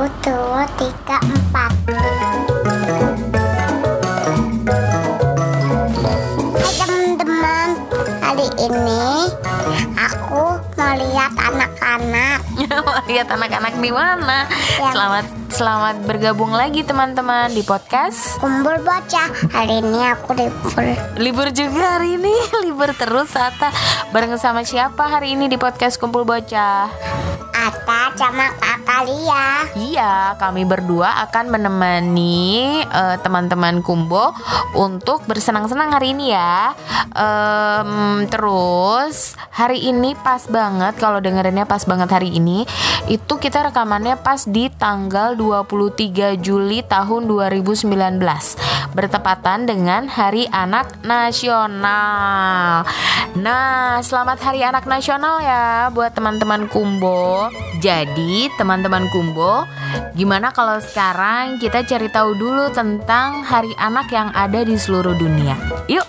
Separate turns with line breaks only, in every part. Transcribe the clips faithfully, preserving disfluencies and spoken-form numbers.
Satu, dua, tiga, empat. Hai teman-teman, hari ini aku mau lihat anak-anak.
Mau lihat anak-anak di mana?
Ya.
Selamat selamat bergabung lagi teman-teman di podcast
Kumpul Bocah. Hari ini aku libur.
Libur juga hari ini, libur terus Ata. Bareng sama siapa hari ini di podcast Kumpul Bocah?
Ata sama kakak Lia.
Iya, kami berdua akan menemani uh, teman-teman Kumbo untuk bersenang-senang hari ini ya. Um, terus hari ini pas banget, kalau dengerinnya pas banget hari ini, itu kita rekamannya pas di tanggal dua puluh tiga Juli tahun dua ribu sembilan belas, bertepatan dengan Hari Anak Nasional. Nah, selamat Hari Anak Nasional ya buat teman-teman Kumbo. Jadi teman-teman Kumbo, gimana kalau sekarang kita cari tahu dulu tentang hari anak yang ada di seluruh dunia? Yuk.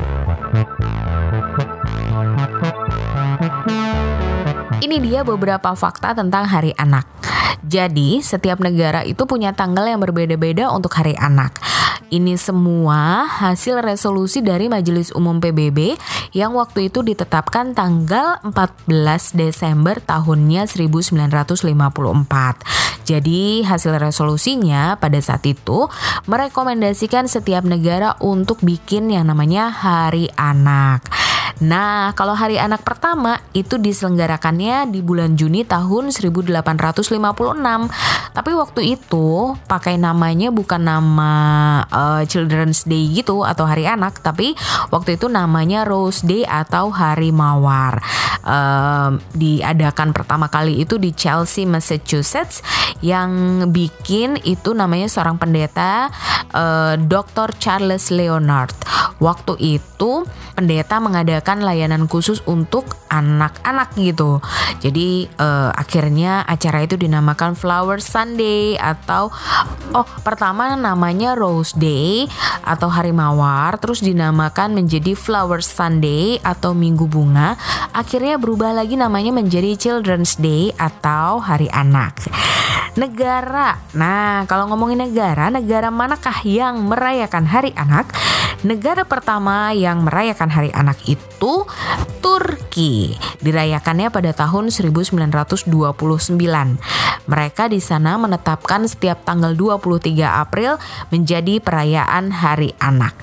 Ini dia beberapa fakta tentang hari anak. Jadi, setiap negara itu punya tanggal yang berbeda-beda untuk hari anak. Ini semua hasil resolusi dari Majelis Umum P B B yang waktu itu ditetapkan tanggal empat belas Desember tahunnya seribu sembilan ratus lima puluh empat. Jadi, hasil resolusinya pada saat itu merekomendasikan setiap negara untuk bikin yang namanya Hari Anak. Nah, kalau Hari Anak pertama itu diselenggarakannya di bulan Juni tahun seribu delapan ratus lima puluh enam. Tapi waktu itu pakai namanya bukan nama uh, Children's Day gitu atau Hari Anak, tapi waktu itu namanya Rose Day atau Hari Mawar. Uh, diadakan pertama kali itu di Chelsea, Massachusetts. Yang bikin itu namanya seorang pendeta, uh, doktor Charles Leonard. Waktu itu pendeta mengadakan layanan khusus untuk anak-anak gitu. Jadi uh, akhirnya acara itu dinamakan Flower Sunday atau oh pertama namanya Rose Day atau Hari Mawar, terus dinamakan menjadi Flower Sunday atau Minggu Bunga. Akhirnya berubah lagi namanya menjadi Children's Day atau Hari Anak. Negara. Nah, kalau ngomongin negara, negara manakah yang merayakan Hari Anak? Negara pertama yang merayakan Hari Anak itu Turki. Dirayakannya pada tahun seribu sembilan ratus dua puluh sembilan. Mereka di sana menetapkan setiap tanggal dua puluh tiga April menjadi perayaan Hari Anak.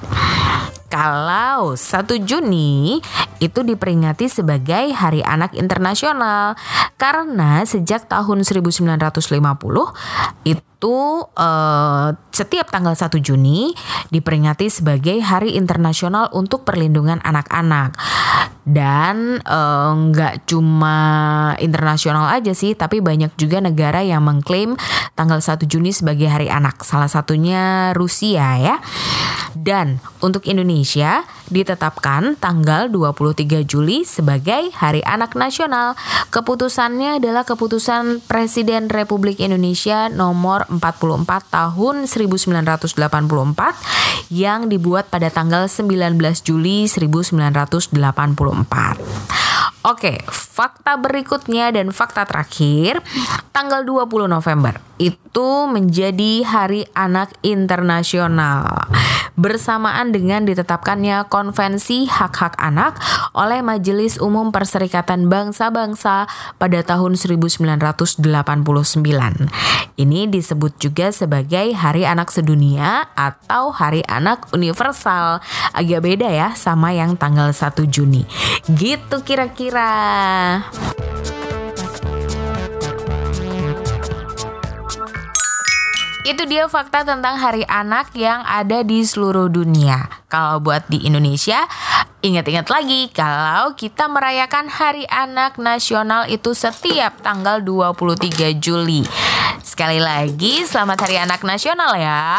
Kalau satu Juni itu diperingati sebagai Hari Anak Internasional karena sejak tahun seribu sembilan ratus lima puluh itu eh, setiap tanggal satu Juni diperingati sebagai Hari Internasional untuk Perlindungan Anak-anak. Dan eh, nggak cuma internasional aja sih, tapi banyak juga negara yang mengklaim tanggal satu Juni sebagai Hari Anak. Salah satunya Rusia ya. Dan untuk Indonesia ditetapkan tanggal dua puluh tiga Juli sebagai Hari Anak Nasional. Keputusannya adalah keputusan Presiden Republik Indonesia nomor empat puluh empat tahun seribu sembilan ratus delapan puluh empat yang dibuat pada tanggal sembilan belas Juli seribu sembilan ratus delapan puluh empat. Oke, fakta berikutnya dan fakta terakhir, tanggal dua puluh November itu menjadi Hari Anak Internasional bersamaan dengan ditetapkannya Konvensi Hak-Hak Anak oleh Majelis Umum Perserikatan Bangsa-Bangsa pada tahun seribu sembilan ratus delapan puluh sembilan. Ini disebut juga sebagai Hari Anak Sedunia atau Hari Anak Universal. Agak beda ya sama yang tanggal satu Juni. Gitu kira-kira. Itu dia fakta tentang Hari Anak yang ada di seluruh dunia. Kalau buat di Indonesia, ingat-ingat lagi kalau kita merayakan Hari Anak Nasional itu setiap tanggal dua puluh tiga Juli. Sekali lagi, selamat Hari Anak Nasional ya.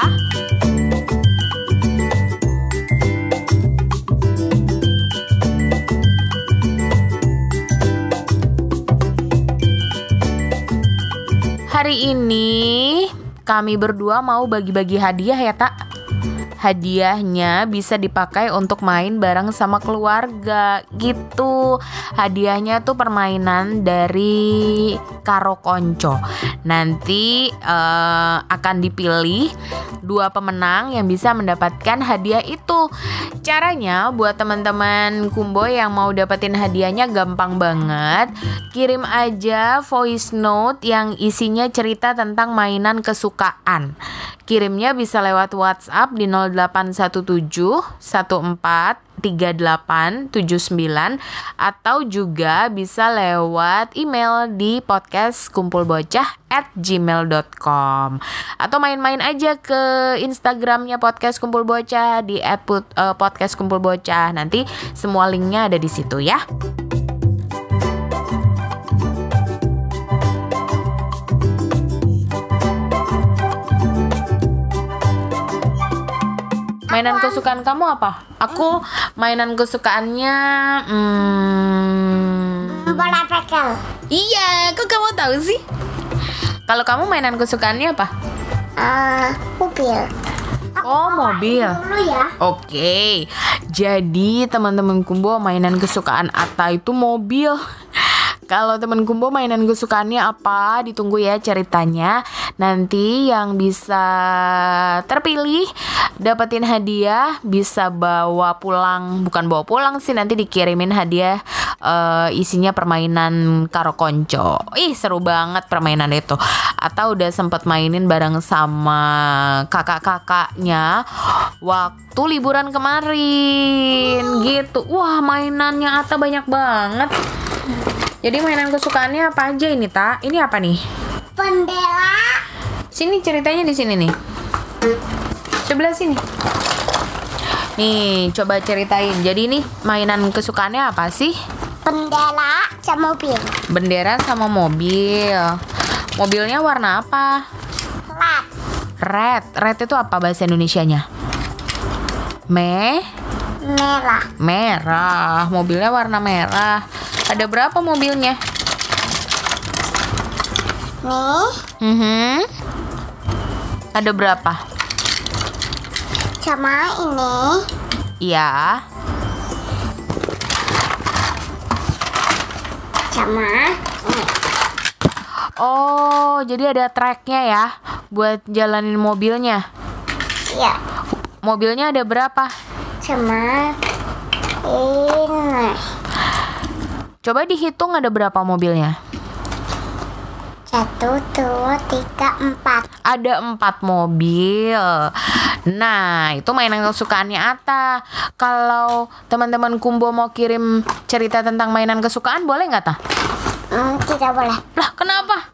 Hari ini kami berdua mau bagi-bagi hadiah ya, Tak. hadiahnya bisa dipakai untuk main bareng sama keluarga gitu. Hadiahnya tuh permainan dari Karo Konco. Nanti uh, akan dipilih dua pemenang yang bisa mendapatkan hadiah itu. Caranya buat teman-teman Kumbo yang mau dapetin hadiahnya gampang banget. Kirim aja voice note yang isinya cerita tentang mainan kesukaan. Kirimnya bisa lewat WhatsApp di nol delapan satu tujuh satu empat tiga delapan tujuh sembilan atau juga bisa lewat email di podcast kumpul bocah at gmail dot com atau main-main aja ke Instagramnya podcast kumpul bocah di at podcast kumpul bocah. Nanti semua linknya ada di situ ya. Mainan kesukaan kamu apa? Aku mainan kesukaannya hmm...
bola bekel.
Iya, kok kamu tahu sih? Kalau kamu mainan kesukaannya apa?
Uh, mobil.
Oh, mobil.
Dulu ya.
Oke. Jadi teman-teman Kumbo mainan kesukaan Atta itu mobil. Kalau teman Kumbo mainan kesukaannya apa? Ditunggu ya ceritanya. Nanti yang bisa terpilih dapetin hadiah bisa bawa pulang, bukan bawa pulang sih, nanti dikirimin hadiah uh, isinya permainan Karo Konco. Ih, seru banget permainan itu. Atau udah sempat mainin bareng sama kakak-kakaknya waktu liburan kemarin gitu. Wah, mainannya Atta banyak banget. Jadi mainan kesukaannya apa aja ini, Ta? Ini apa nih?
Bendera.
Sini ceritanya di sini nih. Sebelah sini. Nih, coba ceritain. Jadi ini mainan kesukaannya apa sih?
Bendera sama mobil.
Bendera sama mobil. Mobilnya warna apa?
Red.
Red. Red itu apa bahasa Indonesianya? Me?
Merah.
Merah. Mobilnya warna merah. Ada berapa mobilnya?
Nih.
Mm-hmm. Ada berapa?
Sama ini.
Iya.
Sama ini.
Oh, jadi ada tracknya ya buat jalanin mobilnya.
Iya.
Mobilnya ada berapa?
Sama ini.
Coba dihitung ada berapa mobilnya?
Satu, dua, tiga, empat.
Ada empat mobil. Nah, itu mainan kesukaannya Atta. Kalau teman-teman Kumbo mau kirim cerita tentang mainan kesukaan, boleh nggak, Ta?
Hmm, tidak boleh.
Lah, kenapa?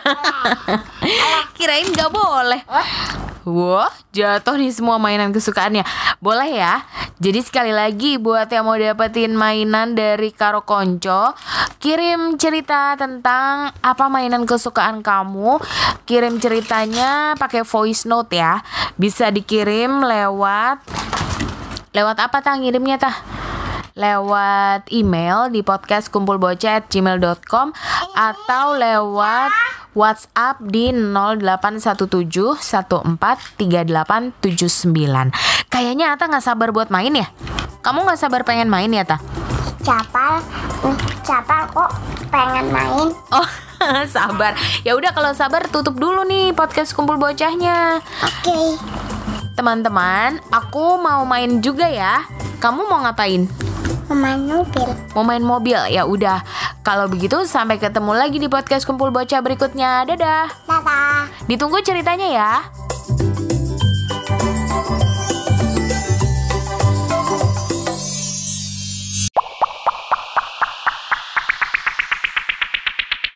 Kirain nggak boleh. Wah, jatuh nih semua mainan kesukaannya. Boleh ya? Jadi sekali lagi buat yang mau dapetin mainan dari Karo Konco, kirim cerita tentang apa mainan kesukaan kamu. Kirim ceritanya pakai voice note ya. Bisa dikirim lewat lewat apa tah ngirimnya tah? Lewat email di podcast kumpul bocah at gmail dot com atau lewat WhatsApp di nol delapan satu tujuh satu empat tiga delapan tujuh sembilan. Kayaknya Atta gak sabar buat main ya? Kamu gak sabar pengen main ya, Ta?
Capal, capal kok pengen main.
Oh, sabar. Ya udah kalau sabar tutup dulu nih podcast kumpul bocahnya.
Oke.
Teman-teman, aku mau main juga ya. Kamu mau ngapain?
Mau main mobil.
Mau main mobil? Ya udah. Kalau begitu sampai ketemu lagi di podcast kumpul bocah berikutnya. Dadah.
Dadah.
Ditunggu ceritanya ya.